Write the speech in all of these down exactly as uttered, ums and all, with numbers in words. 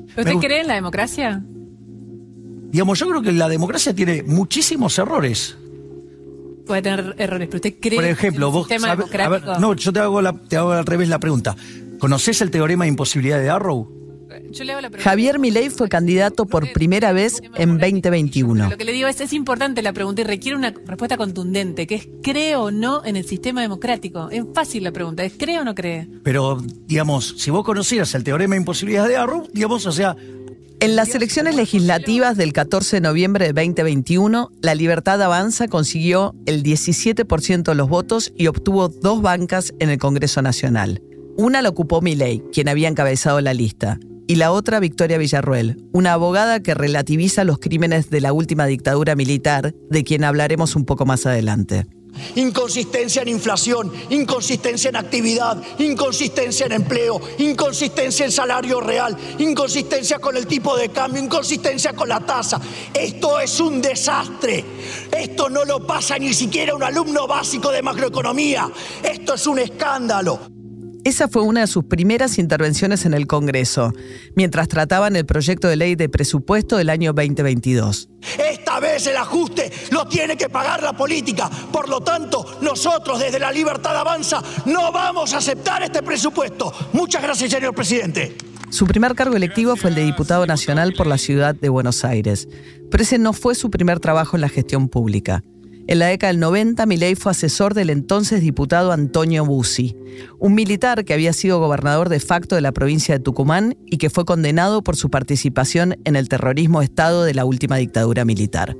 ¿Usted Me... cree en la democracia? Digamos, yo creo que la democracia tiene muchísimos errores. Puede tener errores, pero ¿usted cree Por ejemplo, en el vos sistema sabe, democrático? A ver, no, yo te hago, la, te hago al revés la pregunta. ¿Conocés el teorema de imposibilidad de Arrow? Yo le hago la pregunta. Javier Milei fue candidato por primera vez en veinte veintiuno. Lo que le digo es, es importante la pregunta y requiere una respuesta contundente, que es ¿cree o no en el sistema democrático? Es fácil la pregunta, es ¿cree o no cree? Pero, digamos, si vos conocieras el teorema de imposibilidad de Arrow, digamos, o sea... En las elecciones legislativas del catorce de noviembre de veinte veintiuno, La Libertad Avanza consiguió el diecisiete por ciento de los votos y obtuvo dos bancas en el Congreso Nacional. Una la ocupó Milei, quien había encabezado la lista, y la otra Victoria Villarruel, una abogada que relativiza los crímenes de la última dictadura militar, de quien hablaremos un poco más adelante. Inconsistencia en inflación, inconsistencia en actividad, inconsistencia en empleo, inconsistencia en salario real, inconsistencia con el tipo de cambio, inconsistencia con la tasa. Esto es un desastre. Esto no lo pasa ni siquiera un alumno básico de macroeconomía. Esto es un escándalo. Esa fue una de sus primeras intervenciones en el Congreso, mientras trataban el proyecto de ley de presupuesto del año veinte veintidós. Esta vez el ajuste lo tiene que pagar la política. Por lo tanto, nosotros desde La Libertad Avanza no vamos a aceptar este presupuesto. Muchas gracias, señor presidente. Su primer cargo electivo fue el de diputado nacional por la ciudad de Buenos Aires, pero ese no fue su primer trabajo en la gestión pública. En la década del noventa, Milei fue asesor del entonces diputado Antonio Bussi, un militar que había sido gobernador de facto de la provincia de Tucumán y que fue condenado por su participación en el terrorismo de Estado de la última dictadura militar.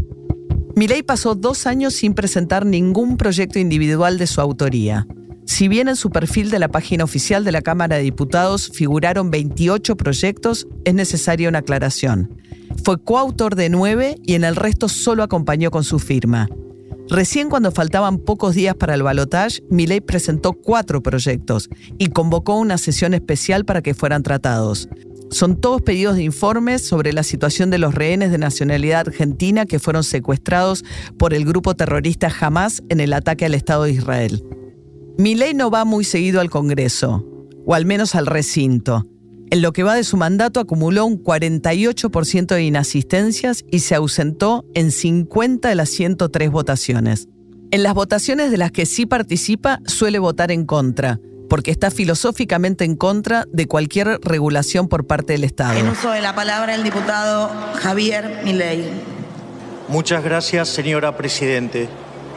Milei pasó dos años sin presentar ningún proyecto individual de su autoría. Si bien en su perfil de la página oficial de la Cámara de Diputados figuraron veintiocho proyectos, es necesaria una aclaración. Fue coautor de nueve y en el resto solo acompañó con su firma. Recién cuando faltaban pocos días para el balotaje, Milei presentó cuatro proyectos y convocó una sesión especial para que fueran tratados. Son todos pedidos de informes sobre la situación de los rehenes de nacionalidad argentina que fueron secuestrados por el grupo terrorista Hamás en el ataque al Estado de Israel. Milei no va muy seguido al Congreso, o al menos al recinto. En lo que va de su mandato acumuló un cuarenta y ocho por ciento de inasistencias y se ausentó en cincuenta de las ciento tres votaciones. En las votaciones de las que sí participa suele votar en contra, porque está filosóficamente en contra de cualquier regulación por parte del Estado. En uso de la palabra el diputado Javier Milei. Muchas gracias, señora Presidente.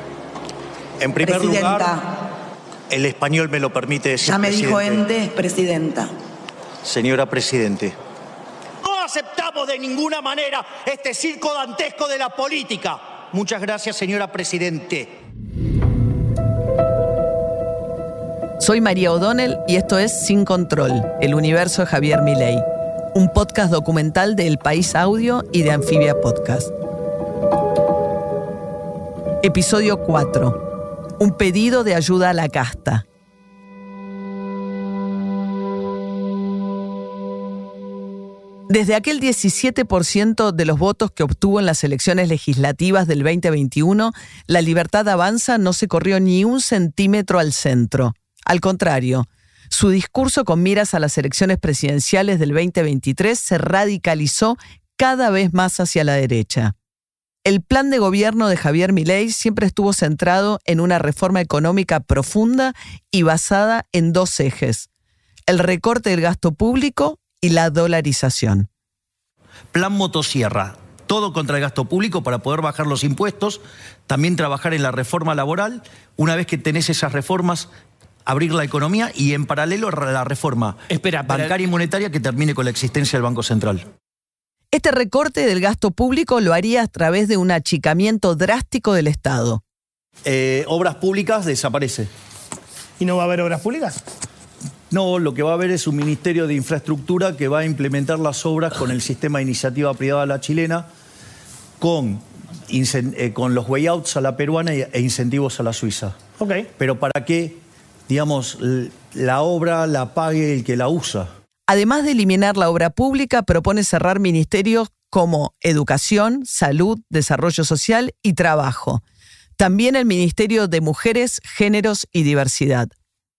En primer Presidenta. lugar, el español me lo permite decir. Ya me presidente. dijo ende, Presidenta. Señora Presidente. No aceptamos de ninguna manera este circo dantesco de la política. Muchas gracias, señora Presidente. Soy María O'Donnell y esto es Sin Control, el universo de Javier Milei, un podcast documental de El País Audio y de Anfibia Podcast. Episodio cuatro. Un pedido de ayuda a la casta. Desde aquel diecisiete por ciento de los votos que obtuvo en las elecciones legislativas del veinte veintiuno, La Libertad Avanza no se corrió ni un centímetro al centro. Al contrario, su discurso con miras a las elecciones presidenciales del veinte veintitrés se radicalizó cada vez más hacia la derecha. El plan de gobierno de Javier Milei siempre estuvo centrado en una reforma económica profunda y basada en dos ejes: el recorte del gasto público y la dolarización. Plan motosierra, todo contra el gasto público para poder bajar los impuestos, también trabajar en la reforma laboral, una vez que tenés esas reformas, abrir la economía y en paralelo la reforma Espera, bancaria y monetaria que termine con la existencia del Banco Central. Este recorte del gasto público lo haría a través de un achicamiento drástico del Estado. Eh, obras públicas desaparece. ¿Y no va a haber obras públicas? No, lo que va a haber es un Ministerio de Infraestructura que va a implementar las obras con el sistema de iniciativa privada a la chilena, con, eh, con los way-outs a la peruana e incentivos a la suiza. Ok. Pero para que, digamos, la obra la pague el que la usa. Además de eliminar la obra pública, propone cerrar ministerios como Educación, Salud, Desarrollo Social y Trabajo. También el Ministerio de Mujeres, Géneros y Diversidad.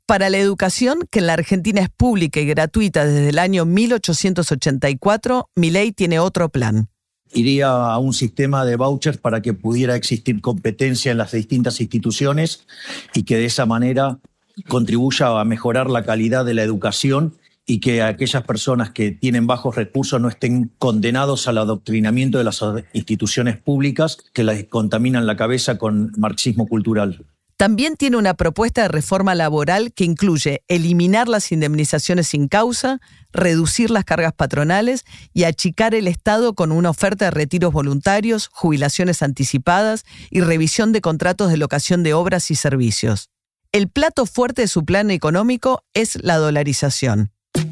Para la educación, que en la Argentina es pública y gratuita desde el año mil ochocientos ochenta y cuatro, Milei tiene otro plan. Iría a un sistema de vouchers para que pudiera existir competencia en las distintas instituciones y que de esa manera contribuya a mejorar la calidad de la educación y que aquellas personas que tienen bajos recursos no estén condenados al adoctrinamiento de las instituciones públicas que les contaminan la cabeza con marxismo cultural. También tiene una propuesta de reforma laboral que incluye eliminar las indemnizaciones sin causa, reducir las cargas patronales y achicar el Estado con una oferta de retiros voluntarios, jubilaciones anticipadas y revisión de contratos de locación de obras y servicios. El plato fuerte de su plan económico es la dolarización.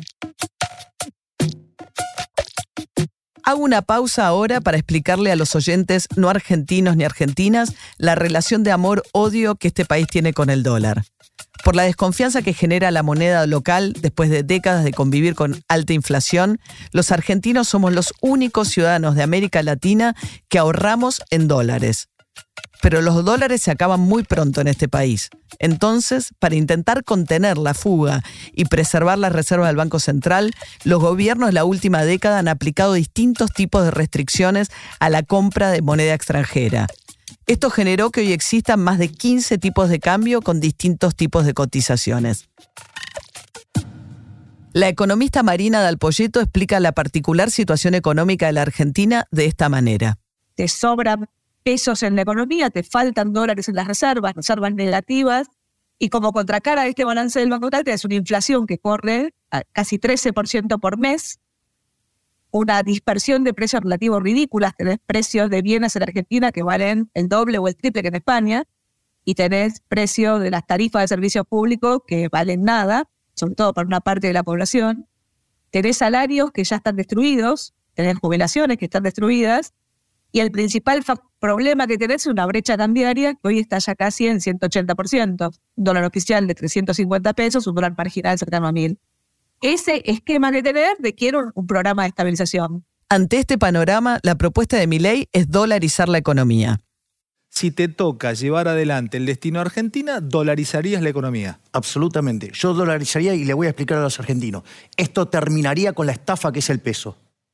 Hago una pausa ahora para explicarle a los oyentes no argentinos ni argentinas la relación de amor-odio que este país tiene con el dólar. Por la desconfianza que genera la moneda local después de décadas de convivir con alta inflación, los argentinos somos los únicos ciudadanos de América Latina que ahorramos en dólares. Pero los dólares se acaban muy pronto en este país. Entonces, para intentar contener la fuga y preservar las reservas del Banco Central, los gobiernos de la última década han aplicado distintos tipos de restricciones a la compra de moneda extranjera. Esto generó que hoy existan más de quince tipos de cambio con distintos tipos de cotizaciones. La economista Marina Dalpolletto explica la particular situación económica de la Argentina de esta manera. Te sobran pesos en la economía, te faltan dólares en las reservas, reservas negativas, y como contracara a este balance del Banco Central es una inflación que corre a casi trece por ciento por mes, una dispersión de precios relativos ridículas, tenés precios de bienes en Argentina que valen el doble o el triple que en España, y tenés precios de las tarifas de servicios públicos que valen nada, sobre todo para una parte de la población, tenés salarios que ya están destruidos, tenés jubilaciones que están destruidas, y el principal fa- problema que tenés es una brecha cambiaria que hoy está ya casi en ciento ochenta por ciento. Un dólar oficial de trescientos cincuenta pesos, un dólar marginal cercano a mil. Ese esquema que tenés requiere un, un programa de estabilización. Ante este panorama, la propuesta de Milei es dolarizar la economía. Si te toca llevar adelante el destino a Argentina, ¿dolarizarías la economía? Absolutamente. Yo dolarizaría y le voy a explicar a los argentinos. Esto terminaría con la estafa que es el peso.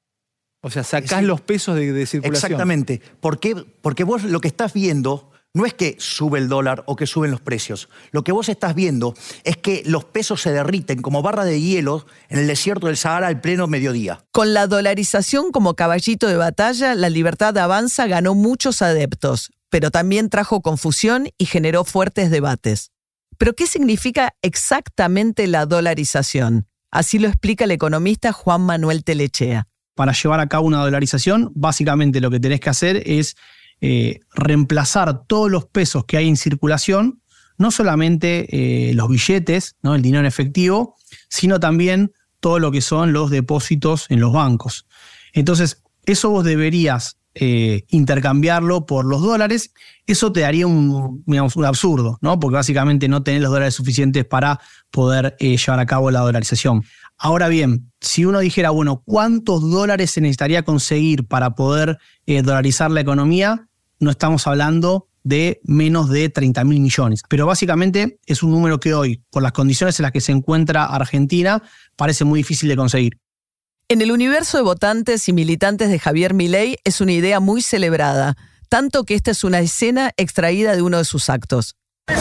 O sea, sacás Es decir, los pesos de, de circulación. Exactamente. ¿Por qué? Porque vos lo que estás viendo no es que sube el dólar o que suben los precios. Lo que vos estás viendo es que los pesos se derriten como barra de hielo en el desierto del Sahara al pleno mediodía. Con la dolarización como caballito de batalla, la Libertad Avanza ganó muchos adeptos, pero también trajo confusión y generó fuertes debates. ¿Pero qué significa exactamente la dolarización? Así lo explica el economista Juan Manuel Telechea. Para llevar a cabo una dolarización, básicamente lo que tenés que hacer es eh, reemplazar todos los pesos que hay en circulación, no solamente eh, los billetes, ¿no? El dinero en efectivo, sino también todo lo que son los depósitos en los bancos. Entonces, eso vos deberías eh, intercambiarlo por los dólares. Eso te daría un, digamos, un absurdo, ¿no? Porque básicamente no tenés los dólares suficientes para poder eh, llevar a cabo la dolarización. Ahora bien, si uno dijera, bueno, ¿cuántos dólares se necesitaría conseguir para poder eh, dolarizar la economía? No estamos hablando de menos de treinta mil millones. Pero básicamente es un número que hoy, por las condiciones en las que se encuentra Argentina, parece muy difícil de conseguir. En el universo de votantes y militantes de Javier Milei es una idea muy celebrada, tanto que esta es una escena extraída de uno de sus actos.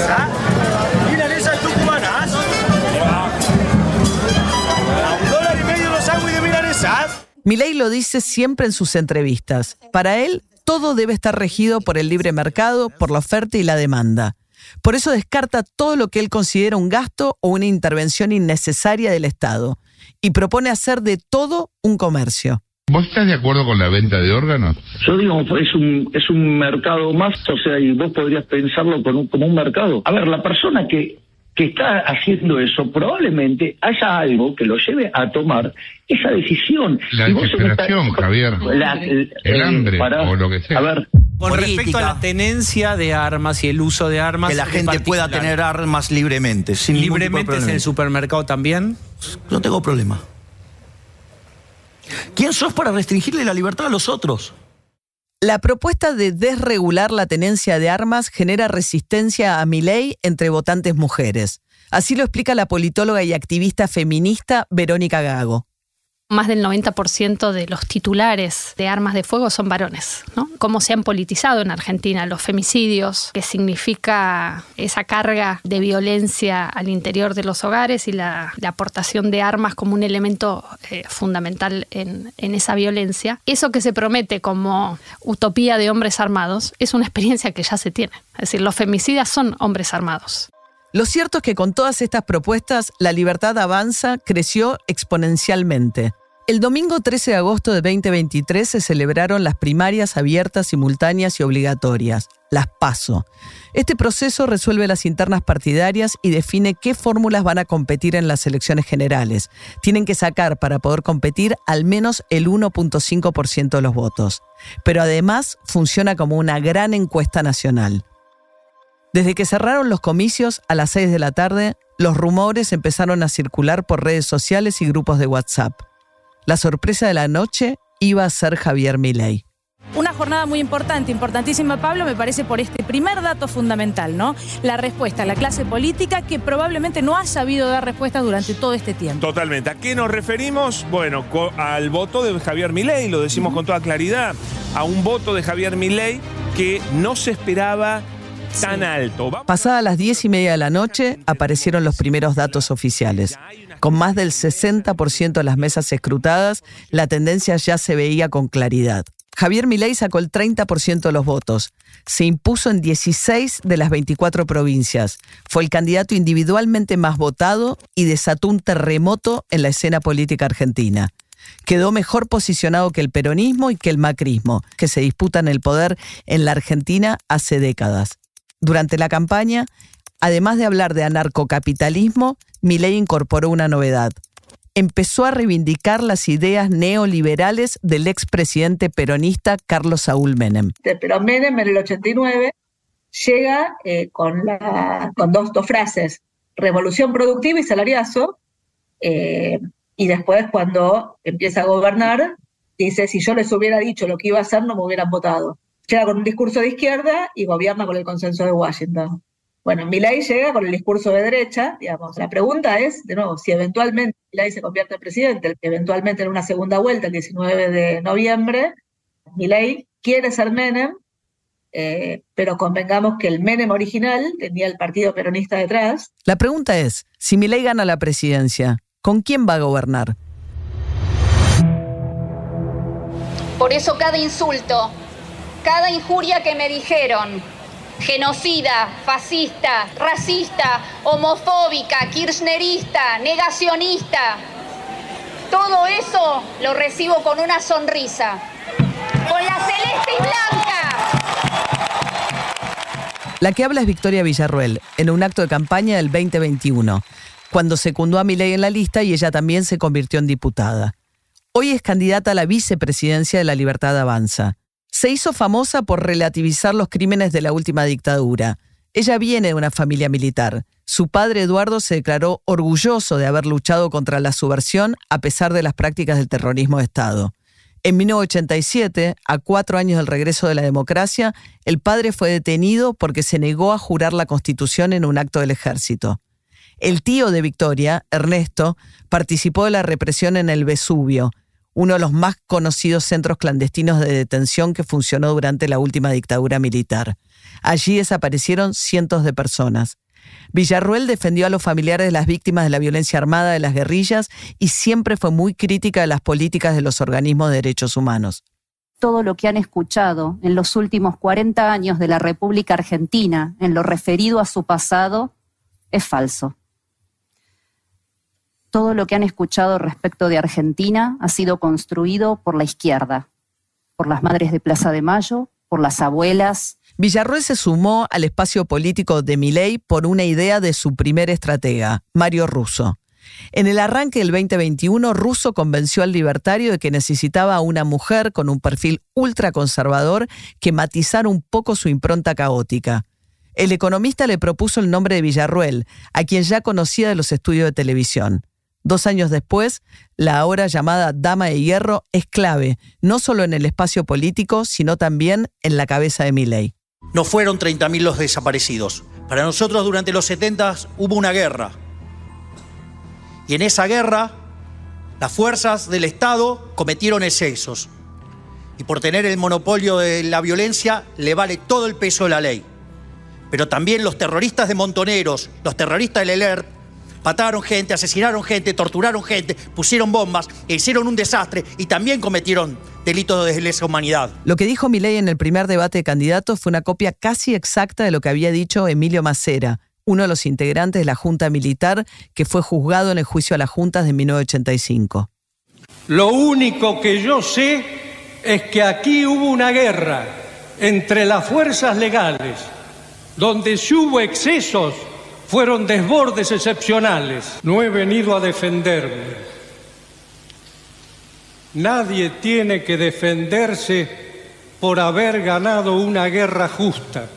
Milei lo dice siempre en sus entrevistas. Para él, todo debe estar regido por el libre mercado, por la oferta y la demanda. Por eso descarta todo lo que él considera un gasto o una intervención innecesaria del Estado y propone hacer de todo un comercio. ¿Vos estás de acuerdo con la venta de órganos? Yo digo, es un es un mercado más, o sea, y vos podrías pensarlo como un, como un mercado. A ver, la persona que, que está haciendo eso, probablemente haya algo que lo lleve a tomar esa decisión. La desesperación, Javier. La, el, el hambre, para, o lo que sea. A ver. Con política, respecto a la tenencia de armas y el uso de armas. Que la gente pueda tener armas libremente. Sin ¿Libremente en el supermercado también? No tengo problema. ¿Quién sos para restringirle la libertad a los otros? La propuesta de desregular la tenencia de armas genera resistencia a Milei entre votantes mujeres. Así lo explica la politóloga y activista feminista Verónica Gago. Más del noventa por ciento de los titulares de armas de fuego son varones, ¿no? Cómo se han politizado en Argentina los femicidios, qué significa esa carga de violencia al interior de los hogares y la, la aportación de armas como un elemento eh, fundamental en, en esa violencia. Eso que se promete como utopía de hombres armados es una experiencia que ya se tiene. Es decir, los femicidas son hombres armados. Lo cierto es que con todas estas propuestas, La Libertad Avanza creció exponencialmente. El domingo trece de agosto de veinte veintitrés se celebraron las primarias abiertas, simultáneas y obligatorias, las PASO. Este proceso resuelve las internas partidarias y define qué fórmulas van a competir en las elecciones generales. Tienen que sacar para poder competir al menos el uno punto cinco por ciento de los votos. Pero además funciona como una gran encuesta nacional. Desde que cerraron los comicios a las seis de la tarde, los rumores empezaron a circular por redes sociales y grupos de WhatsApp. La sorpresa de la noche iba a ser Javier Milei. Una jornada muy importante, importantísima, Pablo, me parece por este primer dato fundamental, ¿no? La respuesta a la clase política que probablemente no ha sabido dar respuestas durante todo este tiempo. Totalmente. ¿A qué nos referimos? Bueno, al voto de Javier Milei, lo decimos uh-huh. con toda claridad, a un voto de Javier Milei que no se esperaba tan alto. Pasada las diez y media de la noche, aparecieron los primeros datos oficiales. Con más del sesenta por ciento de las mesas escrutadas, la tendencia ya se veía con claridad. Javier Milei sacó el treinta por ciento de los votos. Se impuso en dieciséis de las veinticuatro provincias. Fue el candidato individualmente más votado y desató un terremoto en la escena política argentina. Quedó mejor posicionado que el peronismo y que el macrismo, que se disputan el poder en la Argentina hace décadas. Durante la campaña, además de hablar de anarcocapitalismo, Milei incorporó una novedad. Empezó a reivindicar las ideas neoliberales del expresidente peronista Carlos Saúl Menem. Pero Menem en el ochenta y nueve llega eh, con, la, con dos, dos frases, revolución productiva y salariazo, eh, y después cuando empieza a gobernar, dice, si yo les hubiera dicho lo que iba a hacer, no me hubieran votado. Llega con un discurso de izquierda y gobierna con el consenso de Washington. Bueno, Milei llega con el discurso de derecha, digamos. La pregunta es, de nuevo, si eventualmente Milei se convierte en presidente, eventualmente en una segunda vuelta el diecinueve de noviembre, Milei quiere ser Menem, eh, pero convengamos que el Menem original tenía el partido peronista detrás. La pregunta es, si Milei gana la presidencia, ¿con quién va a gobernar? Por eso cada insulto, cada injuria que me dijeron, genocida, fascista, racista, homofóbica, kirchnerista, negacionista, todo eso lo recibo con una sonrisa, con la celeste y blanca. La que habla es Victoria Villarruel, en un acto de campaña del veinte veintiuno, cuando secundó a Milei en la lista y ella también se convirtió en diputada. Hoy es candidata a la vicepresidencia de La Libertad Avanza. Se hizo famosa por relativizar los crímenes de la última dictadura. Ella viene de una familia militar. Su padre Eduardo se declaró orgulloso de haber luchado contra la subversión a pesar de las prácticas del terrorismo de Estado. En mil novecientos ochenta y siete, a cuatro años del regreso de la democracia, el padre fue detenido porque se negó a jurar la Constitución en un acto del ejército. El tío de Victoria, Ernesto, participó de la represión en el Vesubio, uno de los más conocidos centros clandestinos de detención que funcionó durante la última dictadura militar. Allí desaparecieron cientos de personas. Villarruel defendió a los familiares de las víctimas de la violencia armada de las guerrillas y siempre fue muy crítica de las políticas de los organismos de derechos humanos. Todo lo que han escuchado en los últimos cuarenta años de la República Argentina en lo referido a su pasado es falso. Todo lo que han escuchado respecto de Argentina ha sido construido por la izquierda, por las madres de Plaza de Mayo, por las abuelas. Villarruel se sumó al espacio político de Milei por una idea de su primer estratega, Mario Russo. En el arranque del veinte veintiuno, Russo convenció al libertario de que necesitaba a una mujer con un perfil ultraconservador que matizara un poco su impronta caótica. El economista le propuso el nombre de Villarruel, a quien ya conocía de los estudios de televisión. Dos años después, la ahora llamada Dama de Hierro es clave, no solo en el espacio político, sino también en la cabeza de Milei. No fueron treinta mil los desaparecidos, Para nosotros durante los setenta hubo una guerra. Y en esa guerra las fuerzas del Estado cometieron excesos. Y por tener el monopolio de la violencia le vale todo el peso de la ley. Pero también los terroristas de Montoneros, los terroristas del E L E R T, mataron gente, asesinaron gente, torturaron gente, pusieron bombas, e hicieron un desastre y también cometieron delitos de lesa humanidad. Lo que dijo Milei en el primer debate de candidatos fue una copia casi exacta de lo que había dicho Emilio Macera, uno de los integrantes de la Junta Militar que fue juzgado en el juicio a las juntas de mil novecientos ochenta y cinco. Lo único que yo sé es que aquí hubo una guerra entre las fuerzas legales, donde si hubo excesos, fueron desbordes excepcionales. No he venido a defenderme. Nadie tiene que defenderse por haber ganado una guerra justa.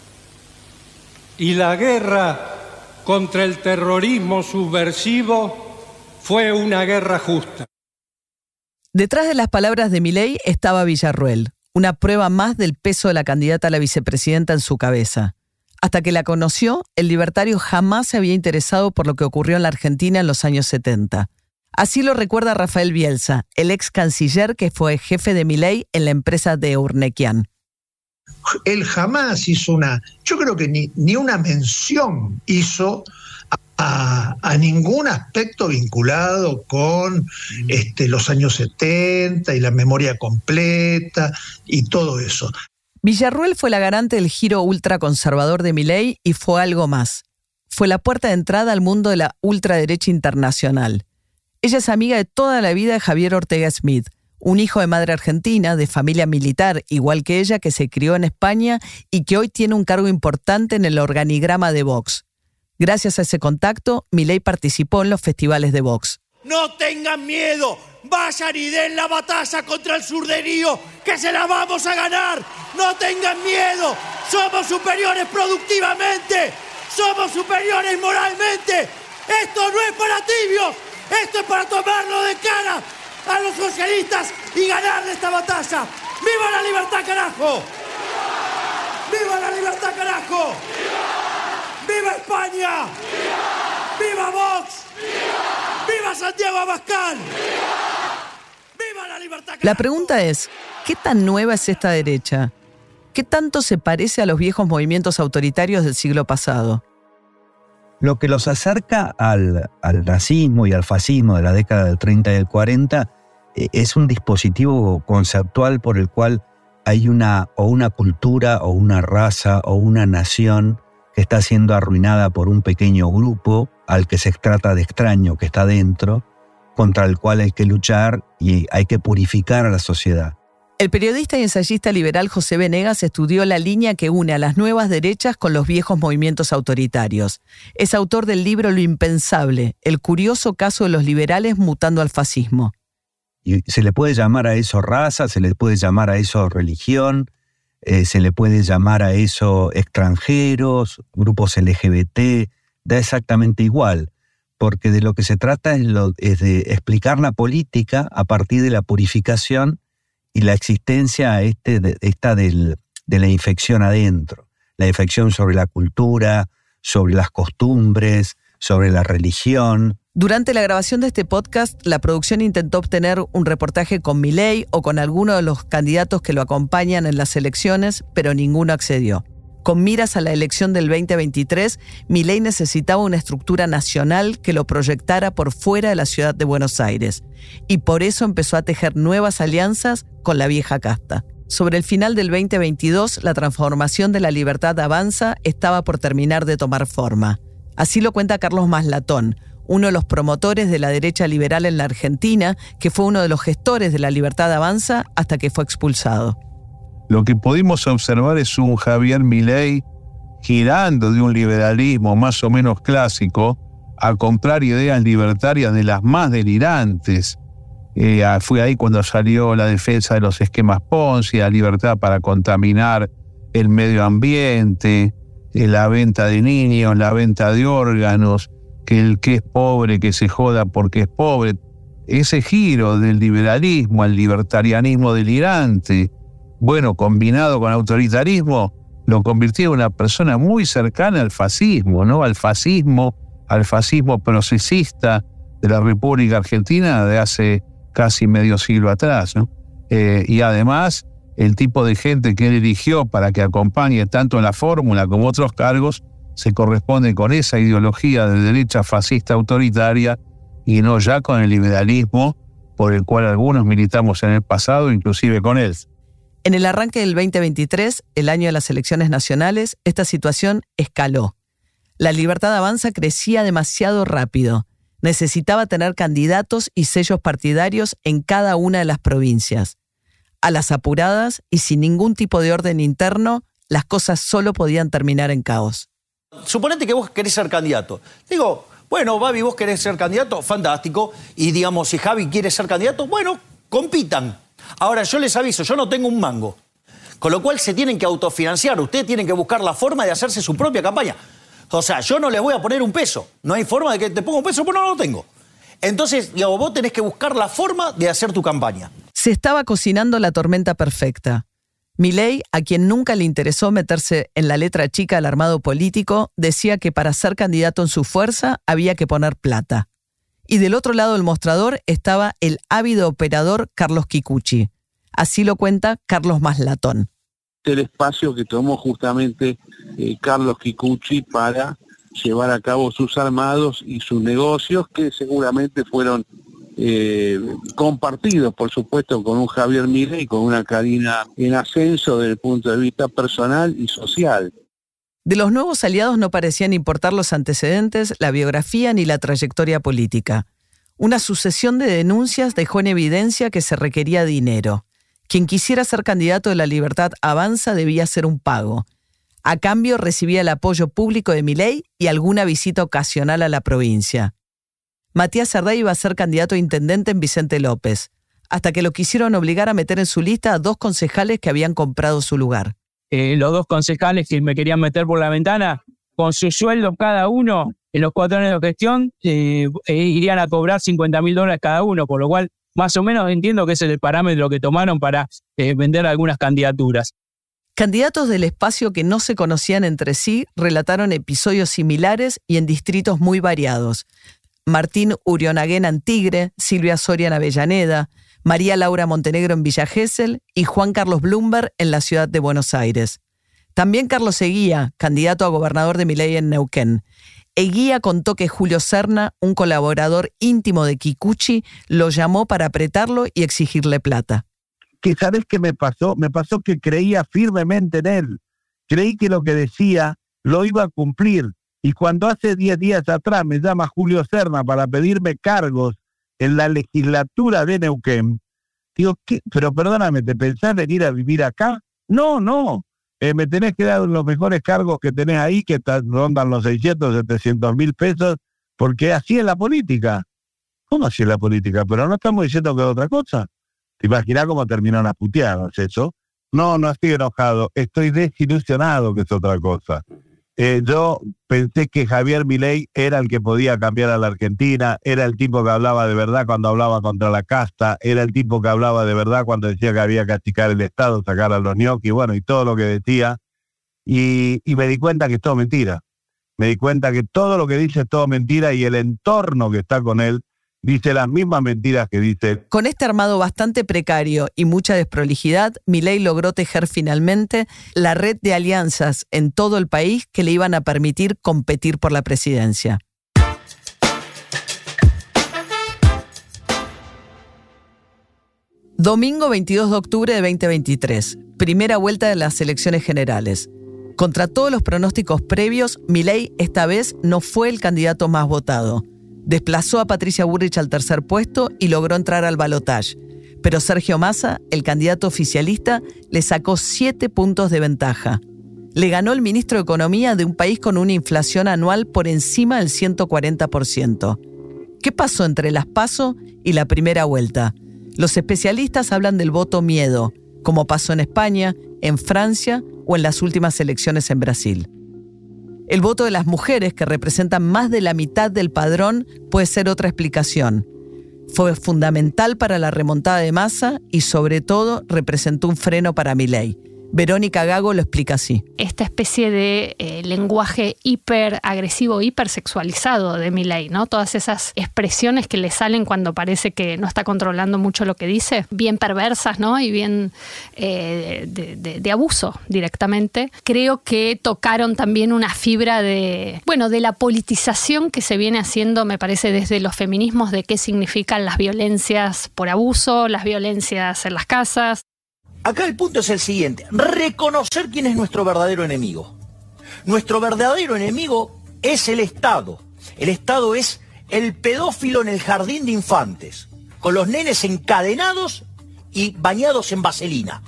Y la guerra contra el terrorismo subversivo fue una guerra justa. Detrás de las palabras de Milei estaba Villarruel, una prueba más del peso de la candidata a la vicepresidenta en su cabeza. Hasta que la conoció, el libertario jamás se había interesado por lo que ocurrió en la Argentina en los años setenta. Así lo recuerda Rafael Bielsa, el ex canciller que fue jefe de Milei en la empresa de Urnequian. Él jamás hizo una, yo creo que ni, ni una mención hizo a, a ningún aspecto vinculado con este, los años setenta y la memoria completa y todo eso. Villarruel fue la garante del giro ultraconservador de Milei y fue algo más. Fue la puerta de entrada al mundo de la ultraderecha internacional. Ella es amiga de toda la vida de Javier Ortega Smith, un hijo de madre argentina, de familia militar, igual que ella, que se crió en España y que hoy tiene un cargo importante en el organigrama de Vox. Gracias a ese contacto, Milei participó en los festivales de Vox. No tengan miedo, vayan y den la batalla contra el surderío, que se la vamos a ganar. No tengan miedo, somos superiores productivamente, somos superiores moralmente. Esto no es para tibios, esto es para tomarlo de cara a los socialistas y ganar esta batalla. ¡Viva la libertad, carajo! ¡Viva la libertad, carajo! ¡Viva España! ¡Viva Vox! ¡Viva Santiago Abascal! ¡Viva la libertad! La pregunta es, ¿qué tan nueva es esta derecha? ¿Qué tanto se parece a los viejos movimientos autoritarios del siglo pasado? Lo que los acerca al, al nazismo y al fascismo de la década del treinta y del cuarenta eh, es un dispositivo conceptual por el cual hay una, o una cultura o una raza o una nación que está siendo arruinada por un pequeño grupo al que se trata de extraño, que está dentro, contra el cual hay que luchar y hay que purificar a la sociedad. El periodista y ensayista liberal José Venegas estudió la línea que une a las nuevas derechas con los viejos movimientos autoritarios. Es autor del libro Lo impensable, el curioso caso de los liberales mutando al fascismo. Y se le puede llamar a eso raza, se le puede llamar a eso religión, eh, se le puede llamar a eso extranjeros, grupos L G B T, da exactamente igual, porque de lo que se trata es, lo, es de explicar la política a partir de la purificación y la existencia este, de, esta del, de la infección adentro, la infección sobre la cultura, sobre las costumbres, sobre la religión. Durante la grabación de este podcast, la producción intentó obtener un reportaje con Milei o con alguno de los candidatos que lo acompañan en las elecciones, pero ninguno accedió. Con miras a la elección del veinte veintitrés, Milei necesitaba una estructura nacional que lo proyectara por fuera de la ciudad de Buenos Aires. Y por eso empezó a tejer nuevas alianzas con la vieja casta. Sobre el final del veinte veintidós, la transformación de La Libertad Avanza estaba por terminar de tomar forma. Así lo cuenta Carlos Maslatón, uno de los promotores de la derecha liberal en la Argentina, que fue uno de los gestores de La Libertad Avanza hasta que fue expulsado. Lo que pudimos observar es un Javier Milei girando de un liberalismo más o menos clásico a comprar ideas libertarias de las más delirantes. Eh, fue ahí cuando salió la defensa de los esquemas Ponzi, la libertad para contaminar el medio ambiente, eh, la venta de niños, la venta de órganos, que el que es pobre que se joda porque es pobre. Ese giro del liberalismo al libertarianismo delirante, bueno, combinado con autoritarismo, lo convirtió en una persona muy cercana al fascismo, ¿no? Al fascismo, al fascismo procesista de la República Argentina de hace casi medio siglo atrás, ¿no? Eh, y además, el tipo de gente que él eligió para que acompañe tanto en la fórmula como otros cargos se corresponde con esa ideología de derecha fascista autoritaria y no ya con el liberalismo por el cual algunos militamos en el pasado, inclusive con él. En el arranque del veinte veintitrés, el año de las elecciones nacionales, esta situación escaló. La Libertad Avanza crecía demasiado rápido. Necesitaba tener candidatos y sellos partidarios en cada una de las provincias. A las apuradas y sin ningún tipo de orden interno, las cosas solo podían terminar en caos. Suponete que vos querés ser candidato. Digo, bueno, Babi, vos querés ser candidato, fantástico. Y digamos, si Javi quiere ser candidato, bueno, compitan. Ahora, yo les aviso, yo no tengo un mango. Con lo cual se tienen que autofinanciar. Ustedes tienen que buscar la forma de hacerse su propia campaña. O sea, yo no les voy a poner un peso. No hay forma de que te ponga un peso, porque no lo tengo. Entonces, digamos, vos tenés que buscar la forma de hacer tu campaña. Se estaba cocinando la tormenta perfecta. Milei, a quien nunca le interesó meterse en la letra chica del armado político, decía que para ser candidato en su fuerza había que poner plata. Y del otro lado del mostrador estaba el ávido operador Carlos Kikuchi. Así lo cuenta Carlos Maslatón. El espacio que tomó justamente eh, Carlos Kikuchi para llevar a cabo sus armados y sus negocios, que seguramente fueron eh, compartidos, por supuesto, con un Javier Milei, con una Karina en ascenso desde el punto de vista personal y social. De los nuevos aliados no parecían importar los antecedentes, la biografía ni la trayectoria política. Una sucesión de denuncias dejó en evidencia que se requería dinero. Quien quisiera ser candidato de la Libertad Avanza debía hacer un pago. A cambio recibía el apoyo público de Milei y alguna visita ocasional a la provincia. Matías Sardá iba a ser candidato a intendente en Vicente López, hasta que lo quisieron obligar a meter en su lista a dos concejales que habían comprado su lugar. Eh, los dos concejales que me querían meter por la ventana, con su sueldo cada uno, en los cuatro años de gestión, eh, eh, irían a cobrar cincuenta mil dólares cada uno, por lo cual más o menos entiendo que ese es el parámetro que tomaron para eh, vender algunas candidaturas. Candidatos del espacio que no se conocían entre sí relataron episodios similares y en distritos muy variados. Martín Urionaguena en Tigre, Silvia Soria en Avellaneda, María Laura Montenegro en Villa Gesell y Juan Carlos Blumberg en la ciudad de Buenos Aires. También Carlos Eguía, candidato a gobernador de Milei en Neuquén. Eguía contó que Julio Serna, un colaborador íntimo de Kikuchi, lo llamó para apretarlo y exigirle plata. Que ¿sabés qué me pasó? Me pasó que creía firmemente en él. Creí que lo que decía lo iba a cumplir. Y cuando hace diez días atrás me llama Julio Serna para pedirme cargos en la legislatura de Neuquén, digo, ¿qué? Pero perdóname, ¿te pensás venir a vivir acá? No, no. Eh, me tenés que dar los mejores cargos que tenés ahí, que rondan los seiscientos, setecientos mil pesos, porque así es la política. ¿Cómo así es la política? Pero no estamos diciendo que es otra cosa. ¿Te imaginás cómo terminaron a putearnos eso? No, no estoy enojado, estoy desilusionado, que es otra cosa. Eh, yo pensé que Javier Milei era el que podía cambiar a la Argentina, era el tipo que hablaba de verdad cuando hablaba contra la casta, era el tipo que hablaba de verdad cuando decía que había que achicar el Estado, sacar a los ñoquis, bueno, y todo lo que decía. Y, y me di cuenta que es todo mentira. Me di cuenta que todo lo que dice es todo mentira y el entorno que está con él dice las mismas mentiras que dice. Con este armado bastante precario y mucha desprolijidad, Milei logró tejer finalmente la red de alianzas en todo el país que le iban a permitir competir por la presidencia. Domingo veintidós de octubre de veinte veintitrés, primera vuelta de las elecciones generales. Contra todos los pronósticos previos, Milei esta vez no fue el candidato más votado. Desplazó a Patricia Bullrich al tercer puesto y logró entrar al balotaje. Pero Sergio Massa, el candidato oficialista, le sacó siete puntos de ventaja. Le ganó el ministro de Economía de un país con una inflación anual por encima del ciento cuarenta por ciento. ¿Qué pasó entre las PASO y la primera vuelta? Los especialistas hablan del voto miedo, como pasó en España, en Francia o en las últimas elecciones en Brasil. El voto de las mujeres, que representan más de la mitad del padrón, puede ser otra explicación. Fue fundamental para la remontada de Massa y, sobre todo, representó un freno para Milei. Verónica Gago lo explica así. Esta especie de eh, lenguaje hiperagresivo, hipersexualizado de Milei, ¿no? Todas esas expresiones que le salen cuando parece que no está controlando mucho lo que dice, bien perversas, ¿no? Y bien eh, de, de, de abuso directamente. Creo que tocaron también una fibra de, bueno, de la politización que se viene haciendo, me parece, desde los feminismos, de qué significan las violencias por abuso, las violencias en las casas. Acá el punto es el siguiente: reconocer quién es nuestro verdadero enemigo. Nuestro verdadero enemigo es el Estado. El Estado es el pedófilo en el jardín de infantes, con los nenes encadenados y bañados en vaselina.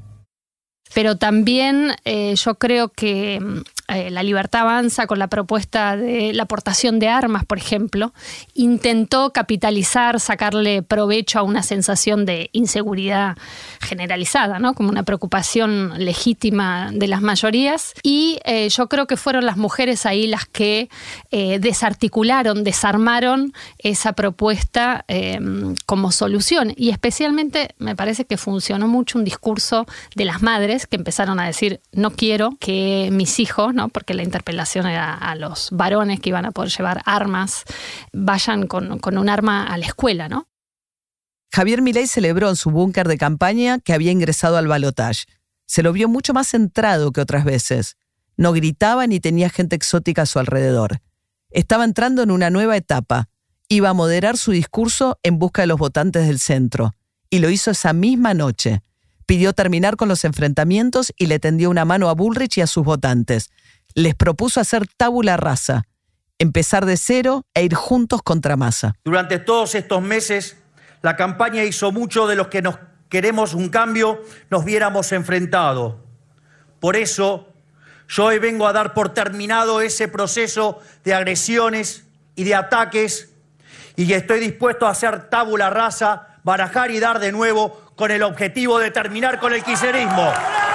Pero también eh, yo creo que eh, La Libertad Avanza, con la propuesta de la aportación de armas, por ejemplo, intentó capitalizar, sacarle provecho a una sensación de inseguridad generalizada, ¿no? Como una preocupación legítima de las mayorías. Y eh, yo creo que fueron las mujeres ahí las que eh, desarticularon, desarmaron esa propuesta eh, como solución. Y especialmente me parece que funcionó mucho un discurso de las madres que empezaron a decir: no quiero que mis hijos, ¿no? Porque la interpelación era a los varones que iban a poder llevar armas, vayan con, con un arma a la escuela, ¿no? Javier Milei celebró en su búnker de campaña que había ingresado al balotaje. Se lo vio mucho más centrado que otras veces. No gritaba ni tenía gente exótica a su alrededor. Estaba entrando en una nueva etapa. Iba a moderar su discurso en busca de los votantes del centro. Y lo hizo esa misma noche. Pidió terminar con los enfrentamientos y le tendió una mano a Bullrich y a sus votantes. Les propuso hacer tabula rasa, empezar de cero e ir juntos contra Massa. Durante todos estos meses, la campaña hizo mucho de los que nos queremos un cambio nos viéramos enfrentado. Por eso, yo hoy vengo a dar por terminado ese proceso de agresiones y de ataques, y estoy dispuesto a hacer tabula rasa, barajar y dar de nuevo, con el objetivo de terminar con el kirchnerismo.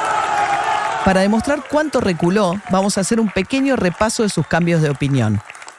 Para demostrar cuánto reculó, vamos a hacer un pequeño repaso de sus cambios de opinión.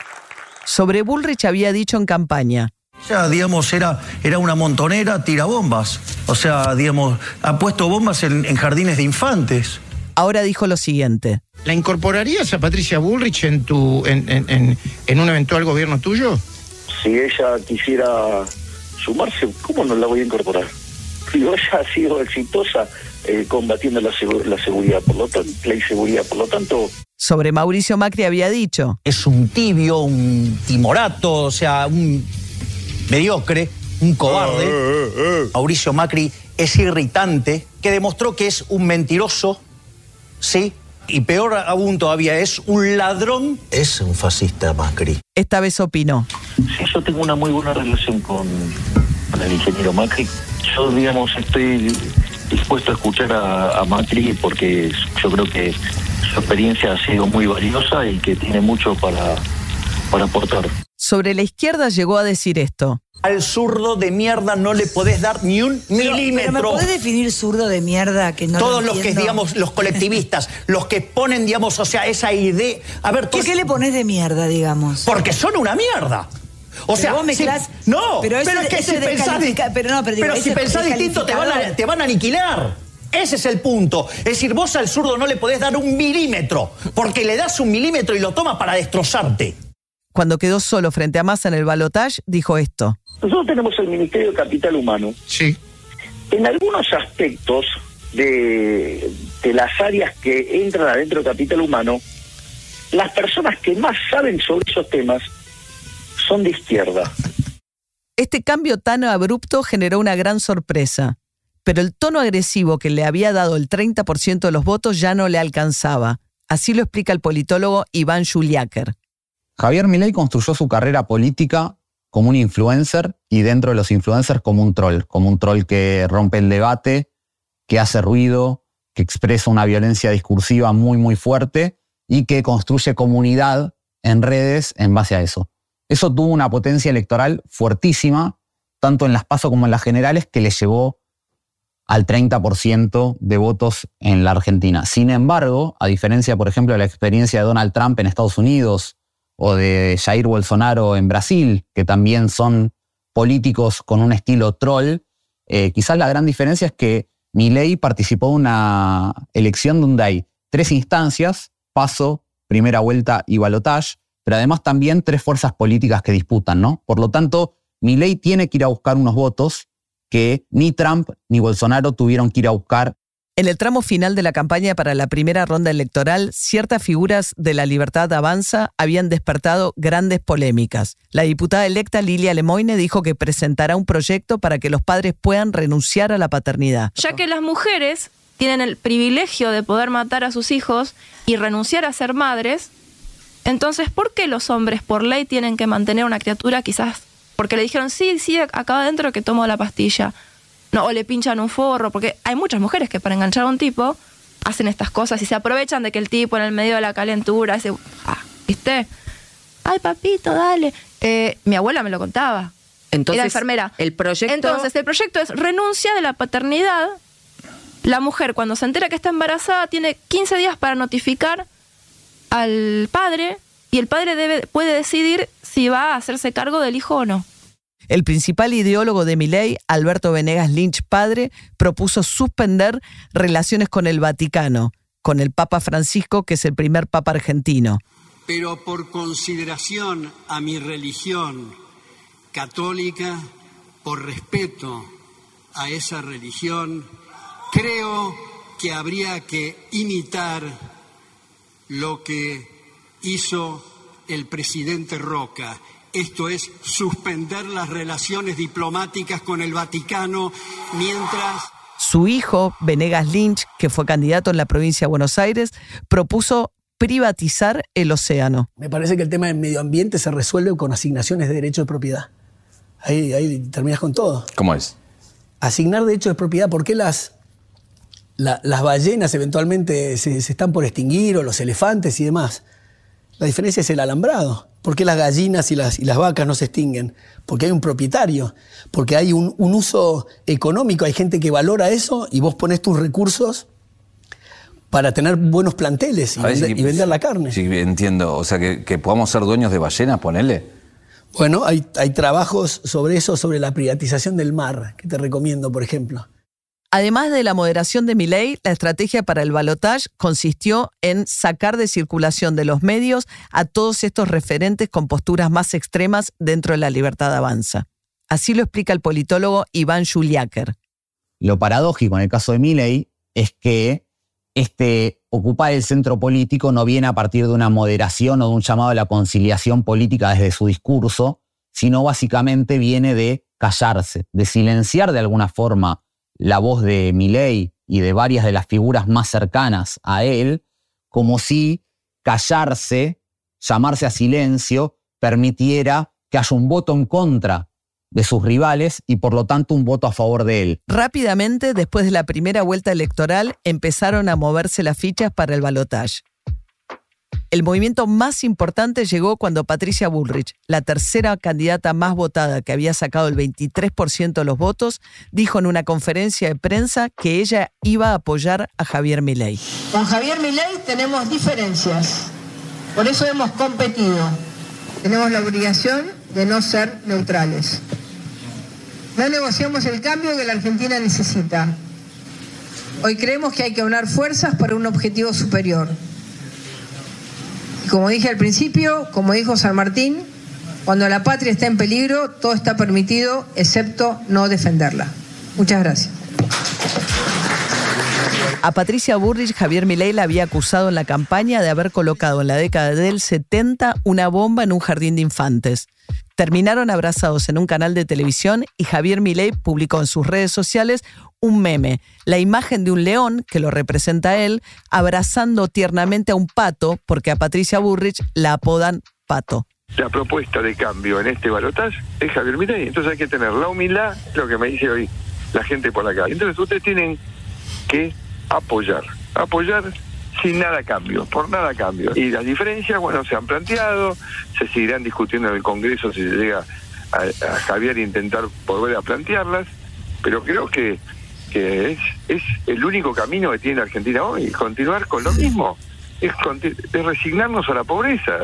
Sobre Bullrich había dicho en campaña: Ya, digamos, era, era una montonera, tira bombas. O sea, digamos, ha puesto bombas en, en jardines de infantes. Ahora dijo lo siguiente: ¿la incorporarías a Patricia Bullrich en, tu, en, en, en, en un eventual gobierno tuyo? Si ella quisiera sumarse, ¿cómo no la voy a incorporar? Digo, ella ha sido exitosa eh, combatiendo la, segu- la seguridad, por lo tanto, la inseguridad, por lo tanto... Sobre Mauricio Macri había dicho: es un tibio, un timorato, o sea, un mediocre, un cobarde. Eh, eh, eh. Mauricio Macri es irritante, que demostró que es un mentiroso, ¿sí? Y peor aún todavía, es un ladrón. Es un fascista Macri. Esta vez opinó: sí, yo tengo una muy buena relación con, con el ingeniero Macri. Yo, digamos, estoy dispuesto a escuchar a, a Macri porque yo creo que su experiencia ha sido muy valiosa y que tiene mucho para, para aportar. Sobre la izquierda llegó a decir esto: al zurdo de mierda no le podés dar ni un pero, milímetro. ¿Pero me podés definir zurdo de mierda? Que no Todos lo los que, digamos, los colectivistas, los que ponen, digamos, o sea, esa idea... A ver, ¿por qué le pones de mierda, digamos? Porque son una mierda. O pero sea, vos mezclás, si, no, pero, pero es que ese si pensás, pero no, pero digo, pero si pensás distinto te van, a, te van a aniquilar. Ese es el punto. Es decir, vos al zurdo no le podés dar un milímetro, porque le das un milímetro y lo tomas para destrozarte. Cuando quedó solo frente a Massa en el balotaje, dijo esto: nosotros tenemos el Ministerio de Capital Humano. Sí. En algunos aspectos de, de las áreas que entran adentro de Capital Humano, las personas que más saben sobre esos temas son de izquierda. Este cambio tan abrupto generó una gran sorpresa, pero el tono agresivo que le había dado el treinta por ciento de los votos ya no le alcanzaba. Así lo explica el politólogo Iván Juliáquer. Javier Milei construyó su carrera política como un influencer y dentro de los influencers como un troll, como un troll que rompe el debate, que hace ruido, que expresa una violencia discursiva muy muy fuerte y que construye comunidad en redes en base a eso. Eso tuvo una potencia electoral fuertísima, tanto en las PASO como en las generales, que le llevó al treinta por ciento de votos en la Argentina. Sin embargo, a diferencia, por ejemplo, de la experiencia de Donald Trump en Estados Unidos o de Jair Bolsonaro en Brasil, que también son políticos con un estilo troll, eh, quizás la gran diferencia es que Milei participó de una elección donde hay tres instancias, paso, primera vuelta y balotaje, pero además también tres fuerzas políticas que disputan, ¿no? Por lo tanto, Milei tiene que ir a buscar unos votos que ni Trump ni Bolsonaro tuvieron que ir a buscar. En el tramo final de la campaña para la primera ronda electoral, ciertas figuras de La Libertad Avanza habían despertado grandes polémicas. La diputada electa Lilia Lemoine dijo que presentará un proyecto para que los padres puedan renunciar a la paternidad. Ya que las mujeres tienen el privilegio de poder matar a sus hijos y renunciar a ser madres, entonces, ¿por qué los hombres por ley tienen que mantener una criatura quizás? Porque le dijeron, sí, sí, acá adentro que tomo la pastilla. No, o le pinchan un forro, porque hay muchas mujeres que para enganchar a un tipo hacen estas cosas y se aprovechan de que el tipo en el medio de la calentura, ese, ah, ¿viste? Ay, papito, dale. Eh, mi abuela me lo contaba. Entonces, era enfermera. El proyecto... Entonces, el proyecto es renuncia de la paternidad. La mujer, cuando se entera que está embarazada, tiene quince días para notificar al padre y el padre debe, puede decidir si va a hacerse cargo del hijo o no. El principal ideólogo de Milei, Alberto Venegas Lynch padre, propuso suspender relaciones con el Vaticano, con el Papa Francisco, que es el primer Papa argentino. Pero por consideración a mi religión católica, por respeto a esa religión, creo que habría que imitar lo que hizo el presidente Roca. Esto es suspender las relaciones diplomáticas con el Vaticano mientras... Su hijo, Venegas Lynch, que fue candidato en la provincia de Buenos Aires, propuso privatizar el océano. Me parece que el tema del medio ambiente se resuelve con asignaciones de derecho de propiedad. Ahí, ahí terminas con todo. ¿Cómo es? Asignar derechos de propiedad. ¿Por qué las, la, las ballenas eventualmente se, se están por extinguir o los elefantes y demás? La diferencia es el alambrado. ¿Por qué las gallinas y las, y las vacas no se extinguen? Porque hay un propietario, porque hay un, un uso económico, hay gente que valora eso y vos pones tus recursos para tener buenos planteles y, vender, si, y vender la carne. Sí, entiendo. O sea, que, que podamos ser dueños de ballenas, ponele. Bueno, hay, hay trabajos sobre eso, sobre la privatización del mar, que te recomiendo, por ejemplo. Además de la moderación de Milei, la estrategia para el balotaje consistió en sacar de circulación de los medios a todos estos referentes con posturas más extremas dentro de La Libertad Avanza. Así lo explica el politólogo Iván Juliáquer. Lo paradójico en el caso de Milei es que este ocupar el centro político no viene a partir de una moderación o de un llamado a la conciliación política desde su discurso, sino básicamente viene de callarse, de silenciar de alguna forma la voz de Milei y de varias de las figuras más cercanas a él, como si callarse, llamarse a silencio, permitiera que haya un voto en contra de sus rivales y por lo tanto un voto a favor de él. Rápidamente, después de la primera vuelta electoral, empezaron a moverse las fichas para el balotaje. El movimiento más importante llegó cuando Patricia Bullrich, la tercera candidata más votada que había sacado el veintitrés por ciento de los votos, dijo en una conferencia de prensa que ella iba a apoyar a Javier Milei. Con Javier Milei tenemos diferencias, por eso hemos competido. Tenemos la obligación de no ser neutrales. No negociamos el cambio que la Argentina necesita. Hoy creemos que hay que aunar fuerzas para un objetivo superior. Y como dije al principio, como dijo San Martín, cuando la patria está en peligro, todo está permitido, excepto no defenderla. Muchas gracias. A Patricia Bullrich, Javier Milei la había acusado en la campaña de haber colocado en la década del setenta una bomba en un jardín de infantes. Terminaron abrazados en un canal de televisión y Javier Milei publicó en sus redes sociales un meme, la imagen de un león, que lo representa a él, abrazando tiernamente a un pato, porque a Patricia Bullrich la apodan Pato. La propuesta de cambio en este balotaje es Javier Milei, entonces hay que tener la humildad, lo que me dice hoy la gente por la calle. Entonces ustedes tienen que apoyar, apoyar sin nada cambio, por nada cambio. Y las diferencias, bueno, se han planteado, se seguirán discutiendo en el Congreso si se llega a, a Javier intentar volver a plantearlas, pero creo que, que es, es el único camino que tiene la Argentina hoy, continuar con lo mismo, es, es resignarnos a la pobreza.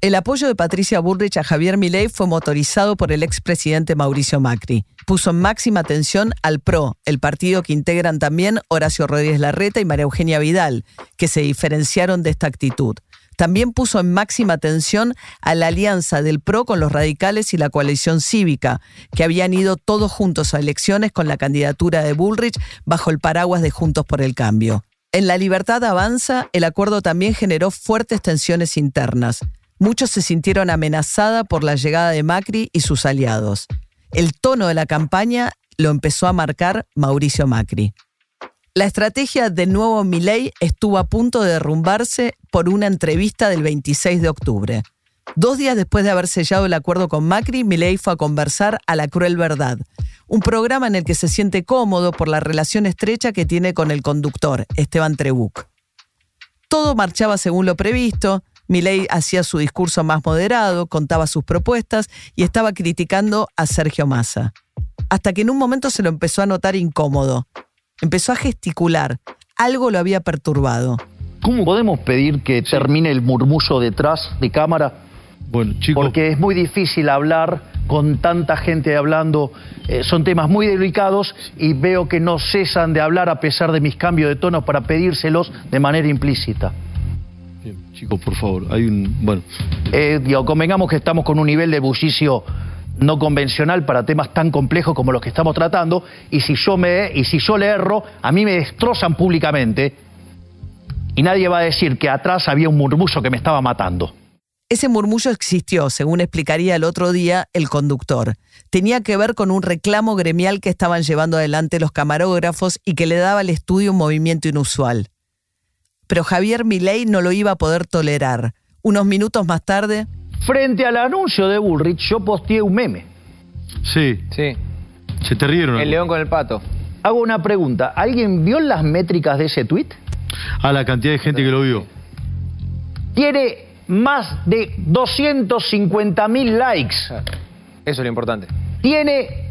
El apoyo de Patricia Bullrich a Javier Milei fue motorizado por el expresidente Mauricio Macri. Puso en máxima tensión al P R O, el partido que integran también Horacio Rodríguez Larreta y María Eugenia Vidal, que se diferenciaron de esta actitud. También puso en máxima tensión a la alianza del P R O con los radicales y la coalición cívica, que habían ido todos juntos a elecciones con la candidatura de Bullrich bajo el paraguas de Juntos por el Cambio. En La Libertad Avanza, el acuerdo también generó fuertes tensiones internas. Muchos se sintieron amenazados por la llegada de Macri y sus aliados. El tono de la campaña lo empezó a marcar Mauricio Macri. La estrategia del nuevo Milei estuvo a punto de derrumbarse por una entrevista del veintiséis de octubre. Dos días después de haber sellado el acuerdo con Macri, Milei fue a conversar a La Cruel Verdad, un programa en el que se siente cómodo por la relación estrecha que tiene con el conductor, Esteban Trebuch. Todo marchaba según lo previsto. Milei hacía su discurso más moderado, contaba sus propuestas y estaba criticando a Sergio Massa. Hasta que en un momento se lo empezó a notar incómodo. Empezó a gesticular. Algo lo había perturbado. ¿Cómo podemos pedir que termine el murmullo detrás de cámara? Bueno, chicos. Porque es muy difícil hablar con tanta gente hablando. Eh, son temas muy delicados y veo que no cesan de hablar a pesar de mis cambios de tono para pedírselos de manera implícita. Bien, chicos, por favor, hay un... Bueno. Eh, digo, convengamos que estamos con un nivel de bullicio no convencional para temas tan complejos como los que estamos tratando, y si yo me y si yo le erro, a mí me destrozan públicamente y nadie va a decir que atrás había un murmullo que me estaba matando. Ese murmullo existió, según explicaría el otro día el conductor. Tenía que ver con un reclamo gremial que estaban llevando adelante los camarógrafos y que le daba al estudio un movimiento inusual. Pero Javier Milei no lo iba a poder tolerar. Unos minutos más tarde... Frente al anuncio de Bullrich, yo posteé un meme. Sí. Sí. Se te rieron. El león con el pato. Hago una pregunta. ¿Alguien vio las métricas de ese tuit? A la cantidad de gente que lo vio. Tiene más de doscientos cincuenta mil likes. Eso es lo importante. Tiene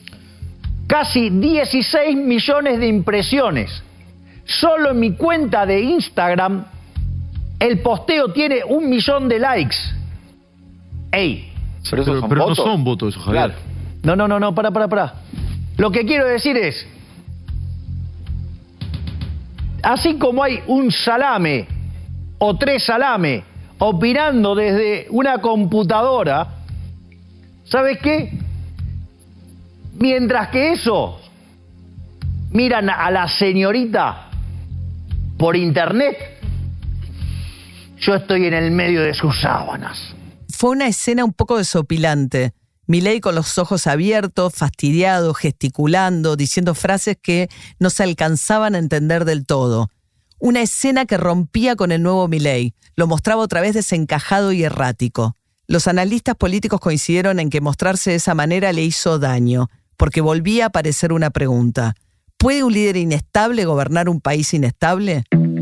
casi dieciséis millones de impresiones. Solo en mi cuenta de Instagram, el posteo tiene un millón de likes. ¡Ey! Pero, pero, son pero votos. no son votos esos, Javier. Claro. No, no, no, no, para, para, para. Lo que quiero decir es, así como hay un salame o tres salame opinando desde una computadora, ¿sabes qué? Mientras que eso miran a la señorita por internet, yo estoy en el medio de sus sábanas. Fue una escena un poco desopilante. Milei con los ojos abiertos, fastidiado, gesticulando, diciendo frases que no se alcanzaban a entender del todo. Una escena que rompía con el nuevo Milei. Lo mostraba otra vez desencajado y errático. Los analistas políticos coincidieron en que mostrarse de esa manera le hizo daño, porque volvía a aparecer una pregunta. ¿Puede un líder inestable gobernar un país inestable?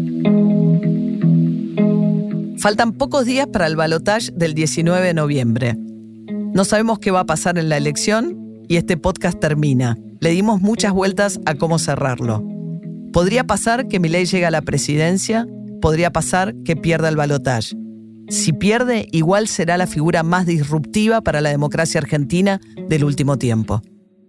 Faltan pocos días para el balotaje del diecinueve de noviembre. No sabemos qué va a pasar en la elección y este podcast termina. Le dimos muchas vueltas a cómo cerrarlo. Podría pasar que Milei llegue a la presidencia, podría pasar que pierda el balotaje. Si pierde, igual será la figura más disruptiva para la democracia argentina del último tiempo.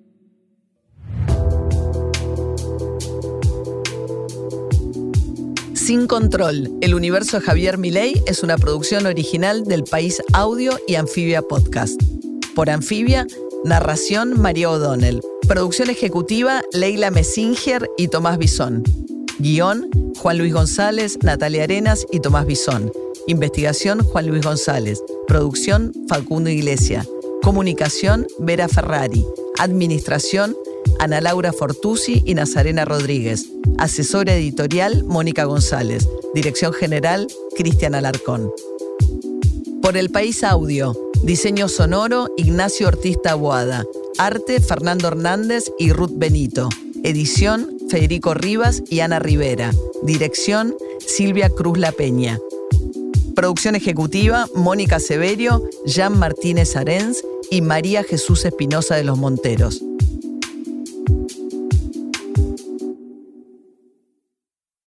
Sin Control, el universo de Javier Milei es una producción original del País Audio y Anfibia Podcast. Por Anfibia, narración María O'Donnell. Producción ejecutiva Leila Messinger y Tomás Bisón. Guión Juan Luis González, Natalia Arenas y Tomás Bisón. Investigación Juan Luis González. Producción Facundo Iglesia. Comunicación Vera Ferrari. Administración Ana Laura Fortusi y Nazarena Rodríguez. Asesora editorial Mónica González. Dirección general Cristian Alarcón. Por El País Audio. Diseño sonoro Ignacio Ortiz Taboada. Arte Fernando Hernández y Ruth Benito. Edición Federico Rivas y Ana Rivera. Dirección Silvia Cruz La Peña. Producción ejecutiva Mónica Severio, Jean Martínez Arens y María Jesús Espinosa de los Monteros.